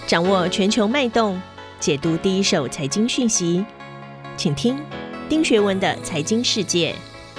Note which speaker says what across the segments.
Speaker 1: 掌握全球脉动，解读第一手财经讯息，请听丁学文的财经世界。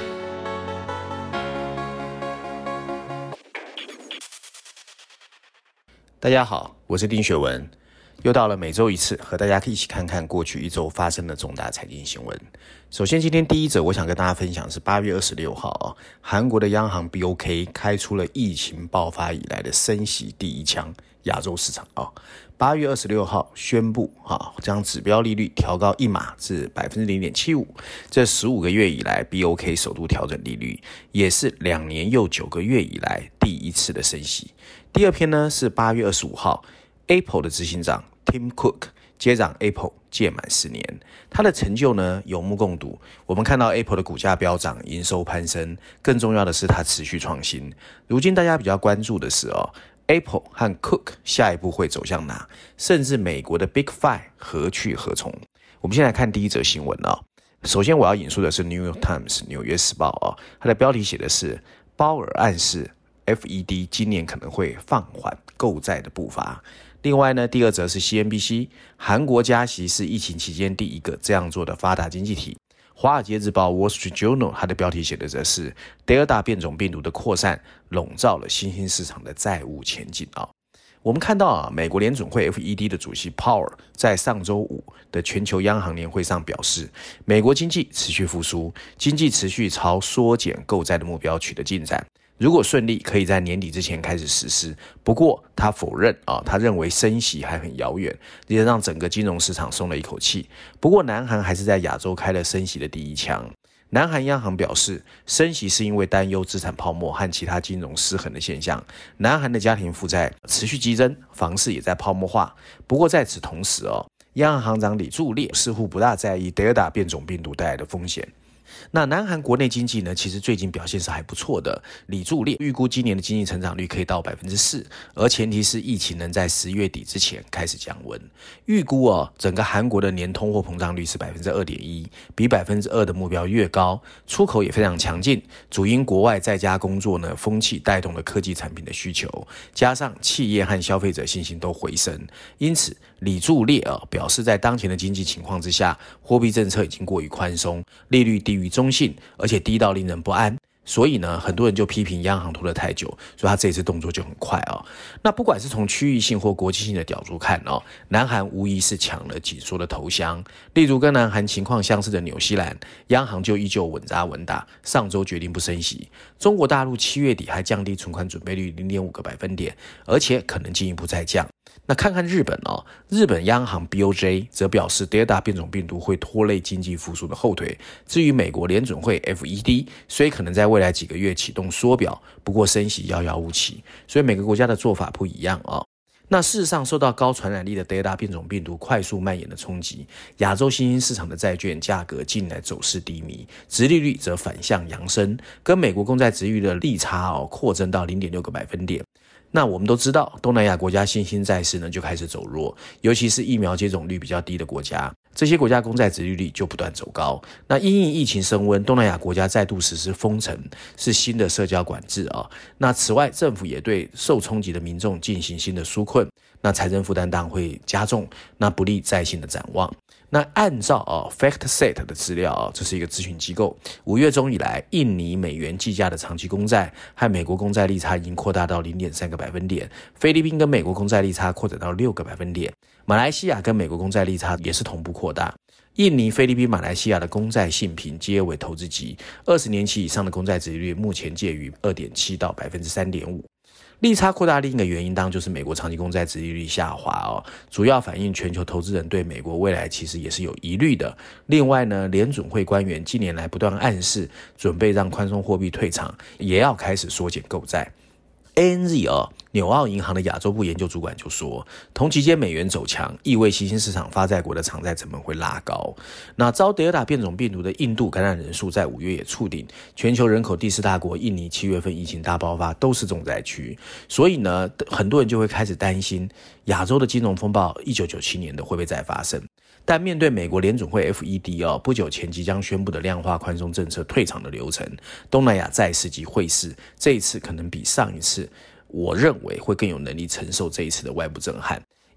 Speaker 2: 大家好，我是丁学文，又到了每周一次和大家一起看看过去一周发生的重大财经新闻。首先，今天第一则我想跟大家分享是8月26号韩国的央行 BOK 开出了疫情爆发以来的升息第一枪，亚洲市场8月26号宣布将指标利率调高1码至 0.75%， 这15个月以来 BOK 首度调整利率，也是2年又9个月以来第一次的升息。第二篇呢是8月25号 Apple 的执行长 Tim Cook 接掌 Apple 届满10年，他的成就呢有目共睹。我们看到 Apple 的股价飙涨，营收攀升，更重要的是它持续创新。如今大家比较关注的是Apple 和 Cook 下一步会走向哪，甚至美国的 Big Five 何去何从。我们先来看第一则新闻首先我要引述的是 New York Times 纽约时报它的标题写的是鲍尔暗示 FED 今年可能会放缓购债的步伐。另外呢，第二则是 CNBC 韩国加息是疫情期间第一个这样做的发达经济体。华尔街日报 Wall Street Journal 它的标题写的则是 Delta 变种病毒的扩散笼罩了新兴市场的债务前景我们看到美国联准会 FED 的主席 Powell 在上周五的全球央行年会上表示，美国经济持续复苏，经济持续朝缩减购债的目标取得进展，如果顺利可以在年底之前开始实施。不过他否认他认为升息还很遥远，也让整个金融市场松了一口气。不过南韩还是在亚洲开了升息的第一枪。南韩央行表示，升息是因为担忧资产泡沫和其他金融失衡的现象。南韩的家庭负债持续激增，房市也在泡沫化。不过在此同时央行行长李柱烈似乎不大在意 Delta 变种病毒带来的风险。那南韩国内经济呢，其实最近表现是还不错的。李柱烈预估今年的经济成长率可以到 4%， 而前提是疫情能在10月底之前开始降温。预估整个韩国的年通货膨胀率是 2.1%， 比 2% 的目标越高，出口也非常强劲，主因国外在家工作呢风气带动了科技产品的需求，加上企业和消费者信心都回升。因此李柱烈表示，在当前的经济情况之下，货币政策已经过于宽松，利率低于中性，而且低到令人不安。所以呢，很多人就批评央行拖得太久，所以他这一次动作就很快那不管是从区域性或国际性的角度看南韩无疑是抢了紧缩的头香。例如跟南韩情况相似的纽西兰，央行就依旧稳扎稳打，上周决定不升息。中国大陆7月底还降低存款准备率 0.5 个百分点，而且可能进一步再降。那看看日本日本央行 BOJ 则表示 Delta 变种病毒会拖累经济复苏的后腿。至于美国联准会 FED 虽可能在未来几个月启动缩表，不过升息遥遥无期，所以每个国家的做法不一样那事实上，受到高传染力的 Delta 变种病毒快速蔓延的冲击，亚洲新兴市场的债券价格近来走势低迷，殖利率则反向扬升，跟美国公债殖利率的利差扩增到 0.6 个百分点。那我们都知道，东南亚国家新兴债市呢就开始走弱，尤其是疫苗接种率比较低的国家，这些国家公债殖利率就不断走高。那因应疫情升温，东南亚国家再度实施封城，是新的社交管制那此外，政府也对受冲击的民众进行新的纾困，那财政负担当然会加重，那不利债信的展望。那按照FactSet 的资料这是一个咨询机构，5月中以来，印尼美元计价的长期公债和美国公债利差已经扩大到 0.3 个百分点，菲律宾跟美国公债利差扩展到6个百分点，马来西亚跟美国公债利差也是同步扩大。印尼、菲律宾、马来西亚的公债信评皆为投资级，20年期以上的公债殖利率目前介于 2.7 到 3.5%。利差扩大另一个原因当然就是美国长期公债殖利率下滑主要反映全球投资人对美国未来其实也是有疑虑的。另外呢，联准会官员近年来不断暗示准备让宽松货币退场，也要开始缩减购债。ANZ 纽澳银行的亚洲部研究主管就说，同期间美元走强，意味新兴市场发债国的偿债成本会拉高。那遭德尔塔变种病毒的印度感染人数在5月也触顶，全球人口第4大国印尼7月份疫情大爆发都是重灾区，所以呢，很多人就会开始担心亚洲的金融风暴1997年的会不会再发生。但面对美国联准会 FED 不久前即将宣布的量化宽松政策退场的流程，东南亚债市及汇市这一次可能比上一次我认为会更有能力承受这一次的外部震撼。因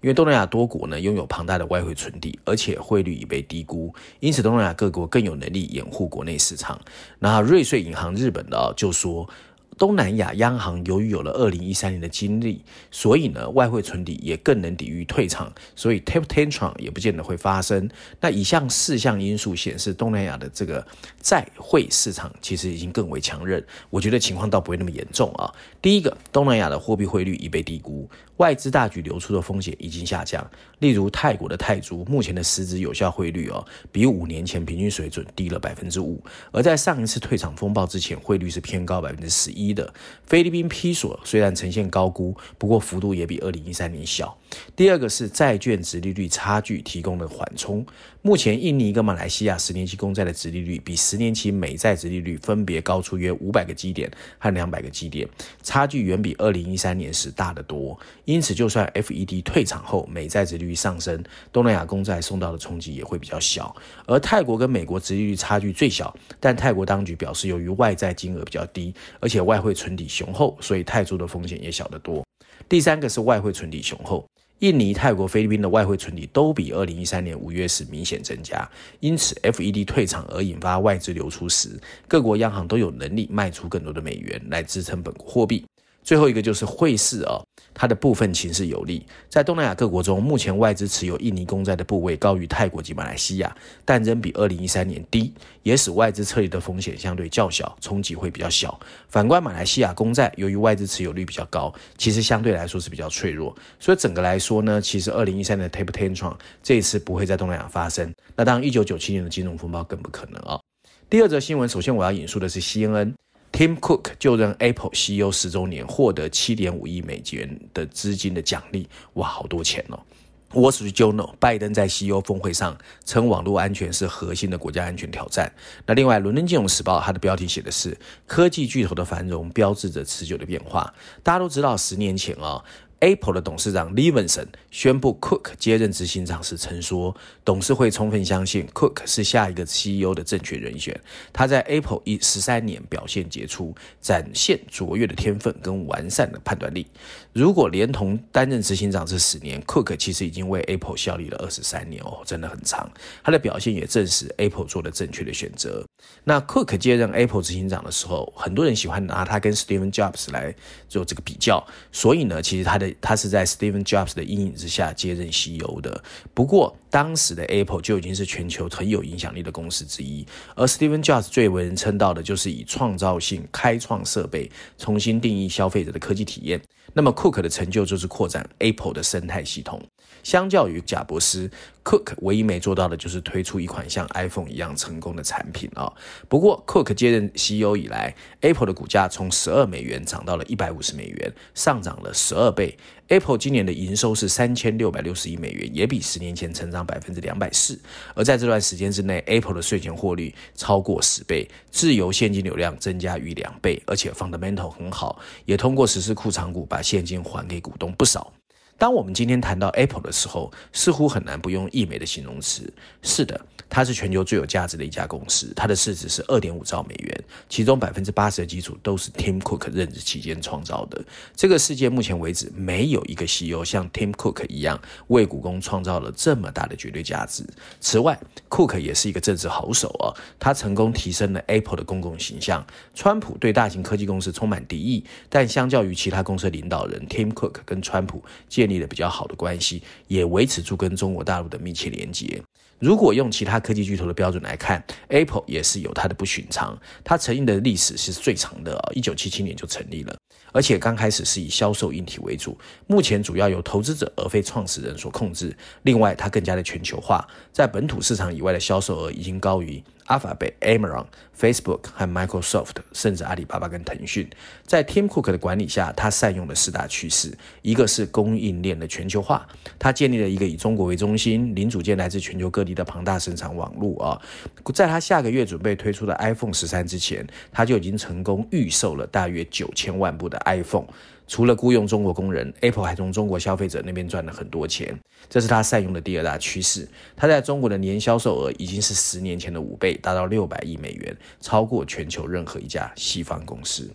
Speaker 2: 因为东南亚多国呢拥有庞大的外汇存底，而且汇率已被低估，因此东南亚各国更有能力掩护国内市场。那瑞穗银行日本的就说，东南亚央行由于有了2013年的经历，所以呢外汇存底也更能抵御退场，所以 taper tantrum 也不见得会发生。那以上4项因素显示，东南亚的这个债汇市场其实已经更为强韧，我觉得情况倒不会那么严重啊。第一个，东南亚的货币汇率已被低估，外资大举流出的风险已经下降。例如泰国的泰铢目前的实质有效汇率比5年前平均水准低了 5%， 而在上一次退场风暴之前，汇率是偏高 11%的。菲律宾披索虽然呈现高估，不过幅度也比2013年小。第二个是债券殖利率差距提供了缓冲，目前印尼跟马来西亚10年期公债的殖利率比10年期美债殖利率分别高出约500个基点和200个基点，差距远比2013年时大得多。因此就算 FED 退场后美债殖利率上升，东南亚公债受到的冲击也会比较小。而泰国跟美国殖利率差距最小，但泰国当局表示由于外债金额比较低，而且外汇存底雄厚，所以泰铢的风险也小得多。第三个是外汇存底雄厚，印尼、泰国、菲律宾的外汇存底都比2013年5月时明显增加，因此 FED 退场而引发外资流出时，各国央行都有能力卖出更多的美元来支撑本国货币。最后一个就是汇市它的部分情势有利。在东南亚各国中，目前外资持有印尼公债的部位高于泰国及马来西亚，但仍比2013年低，也使外资撤离的风险相对较小，冲击会比较小。反观马来西亚公债，由于外资持有率比较高，其实相对来说是比较脆弱。所以整个来说呢，其实2013年的 taper tantrum 这一次不会在东南亚发生。那当然1997年的金融风暴更不可能第二则新闻，首先我要引述的是 CNN。Tim Cook 就任 Apple CEO 10周年，获得7.5亿美元的资金的奖励，哇，好多钱Wall Street Journal 拜登在 CEO 峰会上称网络安全是核心的国家安全挑战。那另外，伦敦金融时报它的标题写的是科技巨头的繁荣标志着持久的变化。大家都知道10年前Apple 的董事长 Levinson 宣布 Cook 接任执行长时曾说，董事会充分相信 Cook 是下一个 CEO 的正确人选。他在 Apple 13年表现杰出，展现卓越的天分跟完善的判断力。如果连同担任执行长这10年， Cook 其实已经为 Apple 效力了23年真的很长。他的表现也证实 Apple 做了正确的选择。那 Cook 接任 Apple 执行长的时候，很多人喜欢拿他跟 Steve Jobs 来做这个比较，所以呢，其实他是在 Steve Jobs 的阴影之下接任 CEO 的。不过当时的 Apple 就已经是全球很有影响力的公司之一，而 Steve Jobs 最为人称道的就是以创造性开创设备重新定义消费者的科技体验。那么 Cook 的成就就是扩展 Apple 的生态系统。相较于贾伯斯， Cook 唯一没做到的就是推出一款像 iPhone 一样成功的产品不过 Cook 接任 CEO 以来， Apple 的股价从12美元涨到了150美元，上涨了12倍。Apple 今年的营收是3660亿美元，也比10年前成长 240%。 而在这段时间之内， Apple 的税前获利超过10倍，自由现金流量增加逾2倍，而且 fundamental 很好，也通过实施库藏股把现金还给股东不少。当我们今天谈到 Apple 的时候，似乎很难不用溢美的形容词。是的，它是全球最有价值的一家公司，它的市值是 2.5 兆美元，其中 80% 的基础都是 Tim Cook 任职期间创造的。这个世界目前为止没有一个 CEO 像 Tim Cook 一样为股东创造了这么大的绝对价值。此外， Cook 也是一个政治好手他成功提升了 Apple 的公共形象。川普对大型科技公司充满敌意，但相较于其他公司领导人， Tim Cook 跟川普建立了比较好的关系，也维持住跟中国大陆的密切连结。如果用其他科技巨头的标准来看， Apple 也是有它的不寻常。它成立的历史是最长的1977年就成立了，而且刚开始是以销售硬体为主，目前主要由投资者而非创始人所控制。另外，它更加的全球化，在本土市场以外的销售额已经高于Alphabet、Amazon、Facebook 和 Microsoft， 甚至阿里巴巴跟腾讯。在 Tim Cook 的管理下，他善用了4大趋势，一个是供应链的全球化，他建立了一个以中国为中心、零组件来自全球各地的庞大生产网络在他下个月准备推出的 iPhone 13之前，他就已经成功预售了大约9000万部的 iPhone。除了雇用中国工人， Apple 还从中国消费者那边赚了很多钱，这是他善用的第2大趋势。他在中国的年销售额已经是10年前的5倍，达到600亿美元，超过全球任何一家西方公司。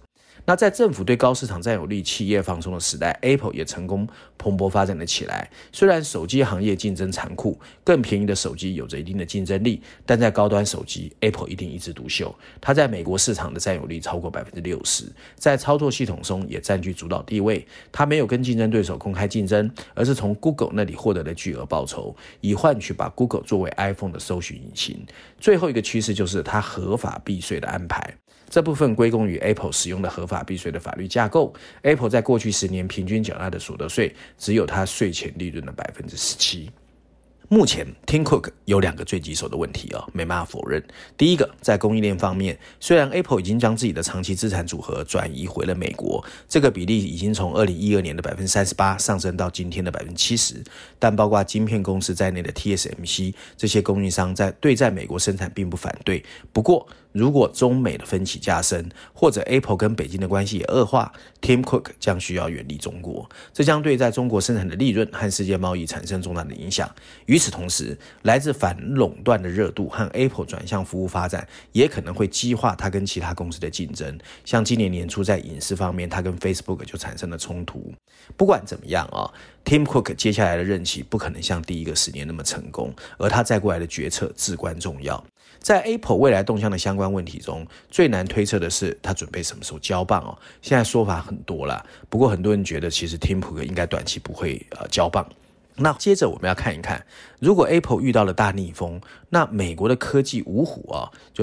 Speaker 2: 那在政府对高市场占有率企业放松的时代， Apple 也成功蓬勃发展了起来。虽然手机行业竞争残酷，更便宜的手机有着一定的竞争力，但在高端手机 Apple 一定一枝独秀。它在美国市场的占有率超过 60%， 在操作系统中也占据主导地位。它没有跟竞争对手公开竞争，而是从 Google 那里获得了巨额报酬，以换取把 Google 作为 iPhone 的搜寻引擎。最后一个趋势就是它合法避税的安排，这部分归功于 Apple 使用的合法避税的法律架构。 Apple 在过去10年平均缴纳的所得税只有它税前利润的 17%。目前 Tim Cook 有2个最棘手的问题没办法否认。第一个，在供应链方面，虽然 Apple 已经将自己的长期资产组合转移回了美国，这个比例已经从2012年的 38% 上升到今天的 70%， 但包括晶片公司在内的 TSMC 这些供应商对在美国生产并不反对。不过如果中美的分歧加深，或者 Apple 跟北京的关系也恶化， Tim Cook 将需要远离中国，这将对在中国生产的利润和世界贸易产生重大的影响。与此同时，来自反垄断的热度和 Apple 转向服务发展也可能会激化它跟其他公司的竞争。像今年年初在隐私方面，它跟 Facebook 就产生了冲突。不管怎么样Tim Cook 接下来的任期不可能像第一个10年那么成功，而他再过来的决策至关重要。在 Apple 未来动向的相关问题中，最难推测的是他准备什么时候交棒现在说法很多啦，不过很多人觉得其实 Tim Cook 应该短期不会交棒。那接着我们要看一看，如果 Apple 遇到了大逆风，那美国的科技五虎就是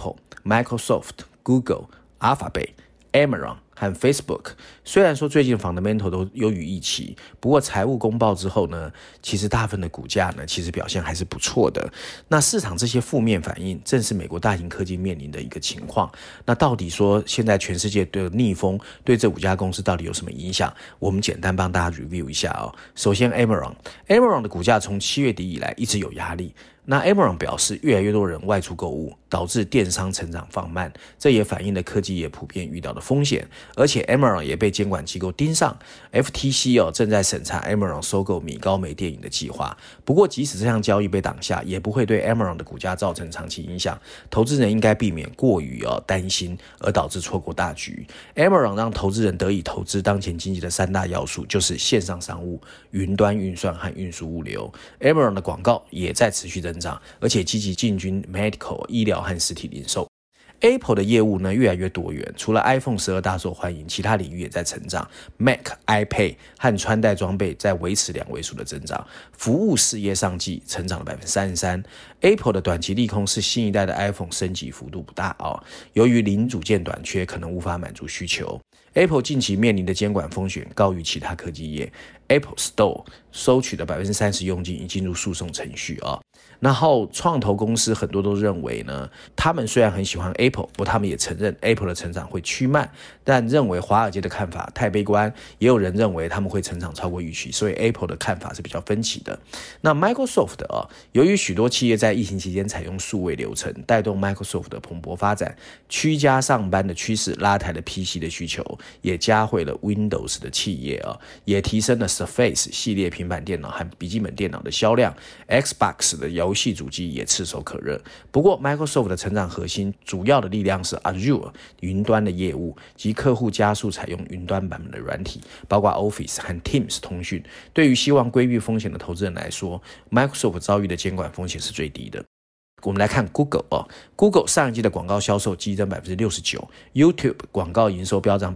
Speaker 2: Apple、Microsoft、Google、Alphabet、Amazon和 Facebook， 虽然说最近 fundamental 都优于预期，不过财务公报之后呢，其实大部分的股价呢，其实表现还是不错的。那市场这些负面反应，正是美国大型科技面临的一个情况。那到底说现在全世界的逆风对这5家公司到底有什么影响？我们简单帮大家 review 一下首先 Amazon 的股价从7月底以来一直有压力。那 Amazon 表示，越来越多人外出购物，导致电商成长放慢，这也反映了科技业普遍遇到的风险。而且 Amazon 也被监管机构盯上 ，FTC 正在审查 Amazon 收购米高梅电影的计划。不过，即使这项交易被挡下，也不会对 Amazon 的股价造成长期影响。投资人应该避免过于担心，而导致错过大局。Amazon 让投资人得以投资当前经济的3大要素，就是线上商务、云端运算和运输物流。Amazon 的广告也在持续增长，而且积极进军 medical 医疗和实体零售。Apple 的业务呢越来越多元，除了 iPhone 12大受欢迎，其他领域也在成长。Mac、iPad 和穿戴装备在维持2位数的增长，服务事业上季成长了 33%。Apple 的短期利空是新一代的 iPhone 升级幅度不大由于零组件短缺，可能无法满足需求。Apple 近期面临的监管风险高于其他科技业。Apple Store 收取的 30% 佣金已进入诉讼程序然后创投公司很多都认为呢，他们虽然很喜欢 Apple， 不过他们也承认 Apple 的成长会趋慢，但认为华尔街的看法太悲观，也有人认为他们会成长超过预期，所以 Apple 的看法是比较分歧的。那 Microsoft 由于许多企业在疫情期间采用数位流程，带动 Microsoft 的蓬勃发展，居家上班的趋势拉抬了 PC 的需求，也加惠了 Windows 的企业也提升了 Surface 系列平板电脑和笔记本电脑的销量， Xbox 的游戏主机也炙手可热。不过 Microsoft 的成长核心主要的力量是 Azure 云端的业务及客户加速采用云端版本的软体，包括 Office 和 Teams 通讯。对于希望规避风险的投资人来说， Microsoft 遭遇的监管风险是最低的。我们来看 Google 上一季的广告销售激增 69%， YouTube 广告营收飙涨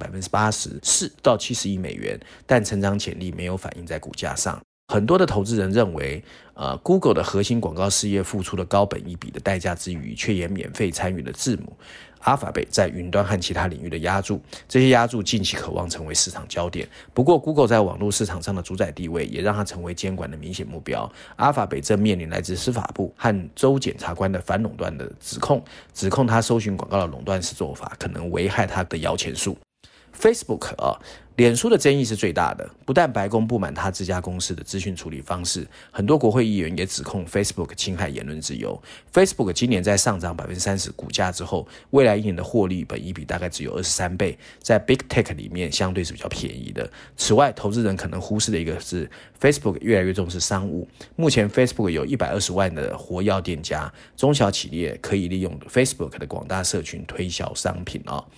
Speaker 2: 84%到70亿美元，但成长潜力没有反映在股价上。很多的投资人认为Google 的核心广告事业付出了高本益比的代价之余，却也免费参与了字母 Alphabet 在云端和其他领域的押注，这些押注近期渴望成为市场焦点。不过 Google 在网络市场上的主宰地位也让它成为监管的明显目标。Alphabet 正面临来自司法部和州检察官的反垄断的指控它搜寻广告的垄断式做法可能危害它的摇钱树。Facebook 脸书的争议是最大的，不但白宫不满他这家公司的资讯处理方式，很多国会议员也指控 Facebook 侵害言论自由。Facebook 今年在上涨 30% 股价之后，未来1年的获利本益比大概只有23倍，在 Big Tech 里面相对是比较便宜的。此外，投资人可能忽视的一个是 Facebook 越来越重视商务，目前 Facebook 有120万的活跃店家，中小企业可以利用 Facebook 的广大社群推销商品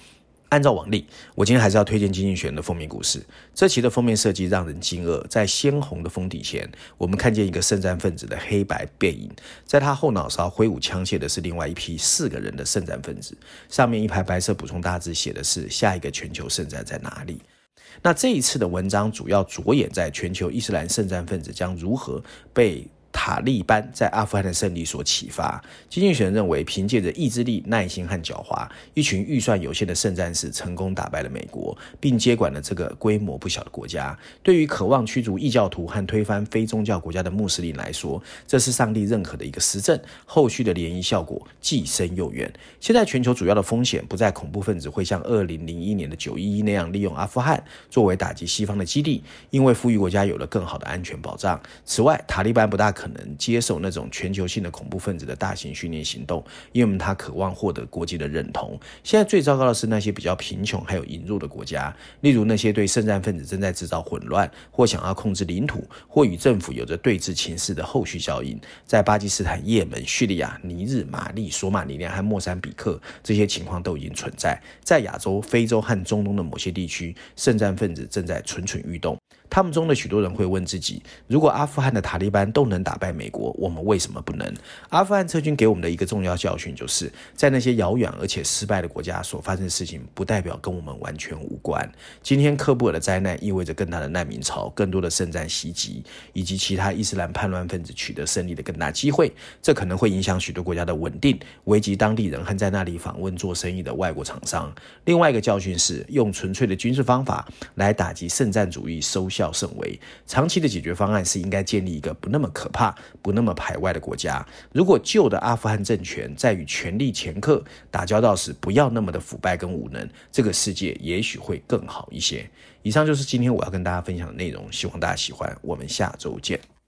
Speaker 2: 按照往例，我今天还是要推荐《经济学人》的封面故事。这期的封面设计让人惊愕，在鲜红的封底前，我们看见一个圣战分子的黑白背影，在他后脑勺挥舞枪械的是另外一批4个人的圣战分子，上面一排白色补充大字写的是下一个全球圣战在哪里。那这一次的文章主要着眼在全球伊斯兰圣战分子将如何被塔利班在阿富汗的胜利所启发。经济学人认为，凭借着意志力、耐心和狡猾，一群预算有限的圣战士成功打败了美国，并接管了这个规模不小的国家。对于渴望驱逐异教徒和推翻非宗教国家的穆斯林来说，这是上帝认可的一个实证，后续的涟漪效果既深又远。现在全球主要的风险不在恐怖分子会像2001年的911那样利用阿富汗作为打击西方的基地，因为富裕国家有了更好的安全保障。此外，塔利班不大可能接受那种全球性的恐怖分子的大型训练行动，因为他渴望获得国际的认同。现在最糟糕的是那些比较贫穷还有引入的国家，例如那些对圣战分子正在制造混乱，或想要控制领土，或与政府有着对峙情势的后续效应。在巴基斯坦、也门、叙利亚、尼日、马利、索马里亚和莫桑比克，这些情况都已经存在。在亚洲、非洲和中东的某些地区，圣战分子正在蠢蠢欲动。他们中的许多人会问自己，如果阿富汗的塔利班都能打败美国，我们为什么不能？阿富汗撤军给我们的一个重要教训，就是在那些遥远而且失败的国家所发生的事情，不代表跟我们完全无关。今天喀布尔的灾难意味着更大的难民潮、更多的圣战袭击，以及其他伊斯兰叛乱分子取得胜利的更大机会。这可能会影响许多国家的稳定，危及当地人和在那里访问做生意的外国厂商。另外一个教训是，用纯粹的军事方法来打击圣战主义收效甚微。长期的解决方案是应该建立一个不那么可怕、不那么排外的国家。如果旧的阿富汗政权在与权力掮客打交道时不要那么的腐败跟无能，这个世界也许会更好一些。以上就是今天我要跟大家分享的内容，希望大家喜欢，我们下周见。